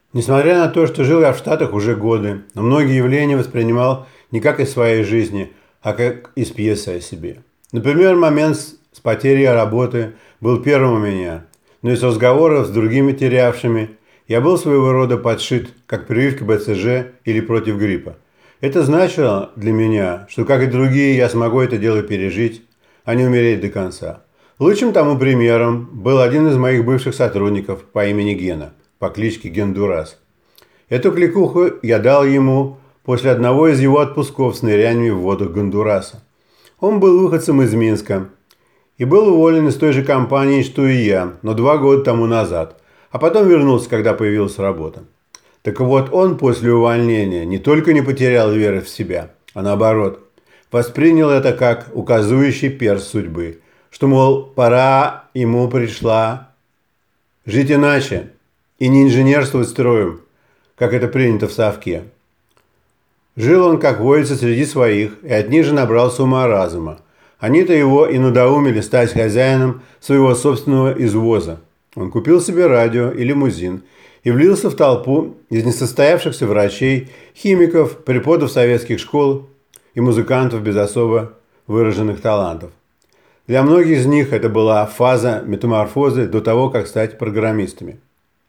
Несмотря на то, что жил я в Штатах уже годы, но многие явления воспринимал не как из своей жизни, а как из пьесы о себе. Например, момент с потерей работы был первым у меня, но из разговоров с другими терявшими я был своего рода подшит, как прививка БЦЖ или против гриппа. Это значило для меня, что, как и другие, я смогу это дело пережить, а не умереть до конца. Лучшим тому примером был один из моих бывших сотрудников по имени Гена, по кличке Гендурас. Эту кликуху я дал ему после одного из его отпусков с ныряниями в водах Гондураса. Он был выходцем из Минска и был уволен из той же компании, что и я, но 2 года тому назад, а потом вернулся, когда появилась работа. Так вот, он после увольнения не только не потерял веры в себя, а наоборот, воспринял это как указывающий перст судьбы, что, мол, пора ему пришла жить иначе и не инженерствовать строем, как это принято в совке. Жил он, как водится, среди своих, и от них же набрался ума-разума. Они-то его и надоумили стать хозяином своего собственного извоза. Он купил себе радио и лимузин и влился в толпу из несостоявшихся врачей, химиков, преподов советских школ и музыкантов без особо выраженных талантов. Для многих из них это была фаза метаморфозы до того, как стать программистами.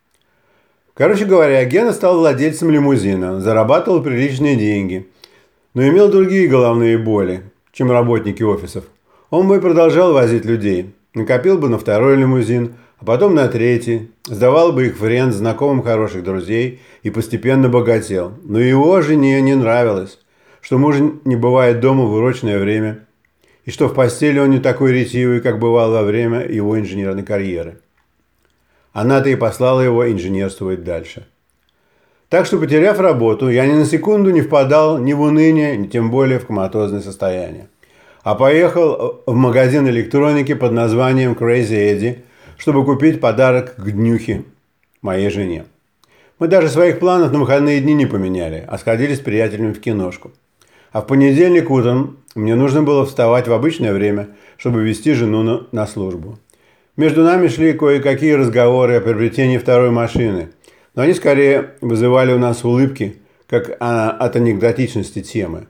Короче говоря, Гена стал владельцем лимузина, зарабатывал приличные деньги, но имел другие головные боли, чем работники офисов. Он бы и продолжал возить людей, накопил бы на второй лимузин, а потом на третий, сдавал бы их в рент знакомым хороших друзей и постепенно богател. Но его жене не нравилось, что муж не бывает дома в урочное время, и что в постели он не такой ретивый, как бывал во время его инженерной карьеры. Она-то и послала его инженерствовать дальше. Так что, потеряв работу, я ни на секунду не впадал ни в уныние, ни тем более в коматозное состояние. А поехал в магазин электроники под названием Crazy Eddie, чтобы купить подарок к днюхе моей жене. Мы даже своих планов на выходные дни не поменяли, а сходили с приятелями в киношку. А в понедельник утром мне нужно было вставать в обычное время, чтобы везти жену на службу. Между нами шли кое-какие разговоры о приобретении второй машины, но они скорее вызывали у нас улыбки, как от анекдотичности темы.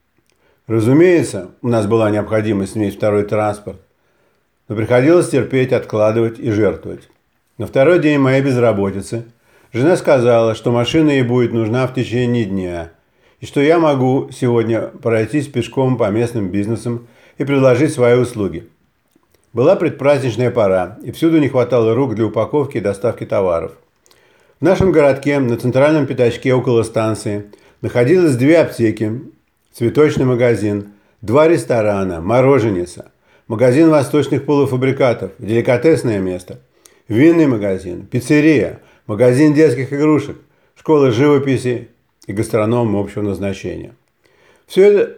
Разумеется, у нас была необходимость иметь второй транспорт, но приходилось терпеть, откладывать и жертвовать. На второй день моей безработицы жена сказала, что машина ей будет нужна в течение дня, и что я могу сегодня пройтись пешком по местным бизнесам и предложить свои услуги. Была предпраздничная пора, и всюду не хватало рук для упаковки и доставки товаров. В нашем городке, на центральном пятачке около станции, находилось 2 аптеки, цветочный магазин, 2 ресторана, мороженица, магазин восточных полуфабрикатов, деликатесное место, винный магазин, пиццерия, магазин детских игрушек, школа живописи и гастроном общего назначения. Все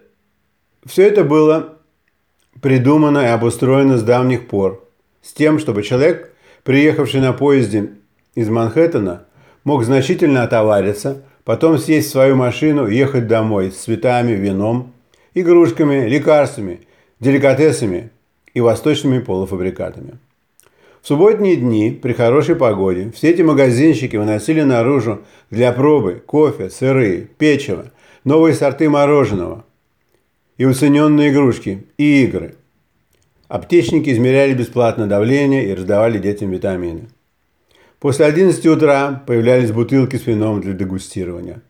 это было придумано и обустроено с давних пор, с тем, чтобы человек, приехавший на поезде из Манхэттена, мог значительно отовариться, потом сесть в свою машину и ехать домой с цветами, вином, игрушками, лекарствами, деликатесами и восточными полуфабрикатами. В субботние дни, при хорошей погоде, все эти магазинщики выносили наружу для пробы кофе, сыры, печиво, новые сорты мороженого и уцененные игрушки и игры. Аптечники измеряли бесплатно давление и раздавали детям витамины. После 11 утра появлялись бутылки с вином для дегустирования.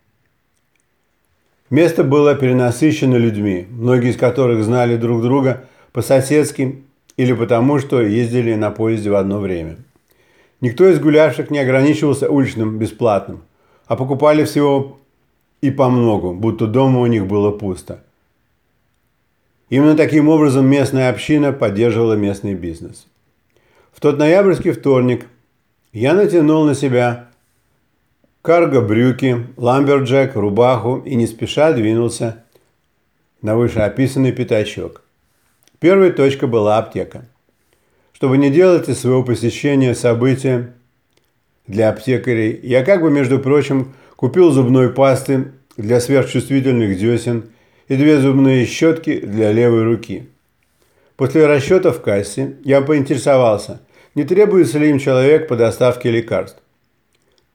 Место было перенасыщено людьми, многие из которых знали друг друга по-соседски или потому, что ездили на поезде в одно время. Никто из гулявших не ограничивался уличным бесплатным, а покупали всего и по многу, будто дома у них было пусто. Именно таким образом местная община поддерживала местный бизнес. В тот ноябрьский вторник я натянул на себя карго-брюки, ламберджек, рубаху и не спеша двинулся на вышеописанный пятачок. Первой точкой была аптека. Чтобы не делать из своего посещения события для аптекарей, я между прочим, купил зубной пасты для сверхчувствительных десен и 2 зубные щетки для левой руки. После расчета в кассе я поинтересовался, не требуется ли им человек по доставке лекарств.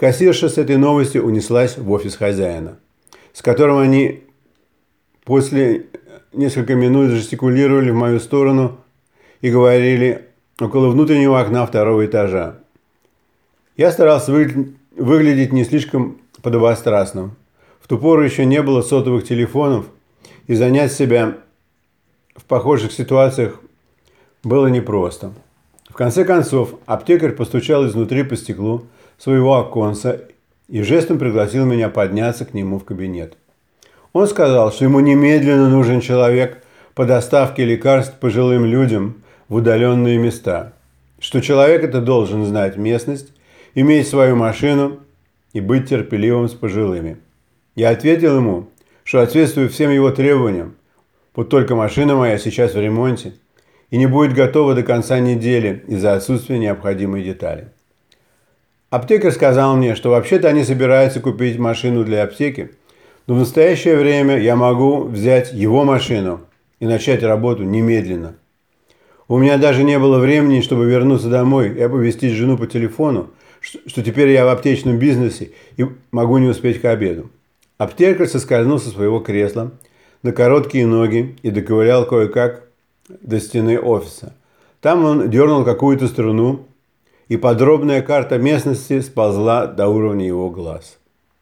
Кассирша с этой новостью унеслась в офис хозяина, с которым они после несколько минут жестикулировали в мою сторону и говорили около внутреннего окна второго этажа. Я старался выглядеть не слишком подобострастным. В ту пору еще не было сотовых телефонов, и занять себя в похожих ситуациях было непросто. В конце концов, аптекарь постучал изнутри по стеклу своего оконца и жестом пригласил меня подняться к нему в кабинет. Он сказал, что ему немедленно нужен человек по доставке лекарств пожилым людям в удаленные места, что человек это должен знать местность, иметь свою машину и быть терпеливым с пожилыми. Я ответил ему, что ответствую всем его требованиям, вот только машина моя сейчас в ремонте и не будет готова до конца недели из-за отсутствия необходимой детали. Аптекарь сказал мне, что вообще-то они собираются купить машину для аптеки, но в настоящее время я могу взять его машину и начать работу немедленно. У меня даже не было времени, чтобы вернуться домой и оповестить жену по телефону, что теперь я в аптечном бизнесе и могу не успеть к обеду. Аптекарь соскользнул со своего кресла на короткие ноги и доковылял кое-как до стены офиса. Там он дернул какую-то струну, и подробная карта местности сползла до уровня его глаз.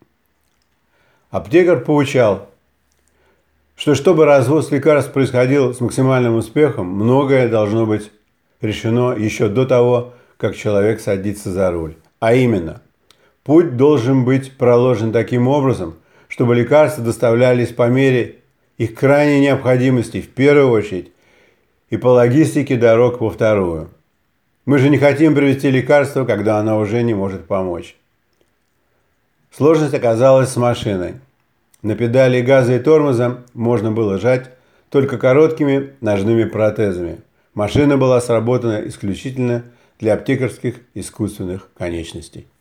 Аптекарь поучал, что чтобы развоз лекарств происходил с максимальным успехом, многое должно быть решено еще до того, как человек садится за руль. А именно, путь должен быть проложен таким образом, чтобы лекарства доставлялись по мере их крайней необходимости в первую очередь и по логистике дорог во вторую. Мы же не хотим привезти лекарство, когда оно уже не может помочь. Сложность оказалась с машиной. На педали газа и тормоза можно было жать только короткими ножными протезами. Машина была сработана исключительно для аптекарских искусственных конечностей.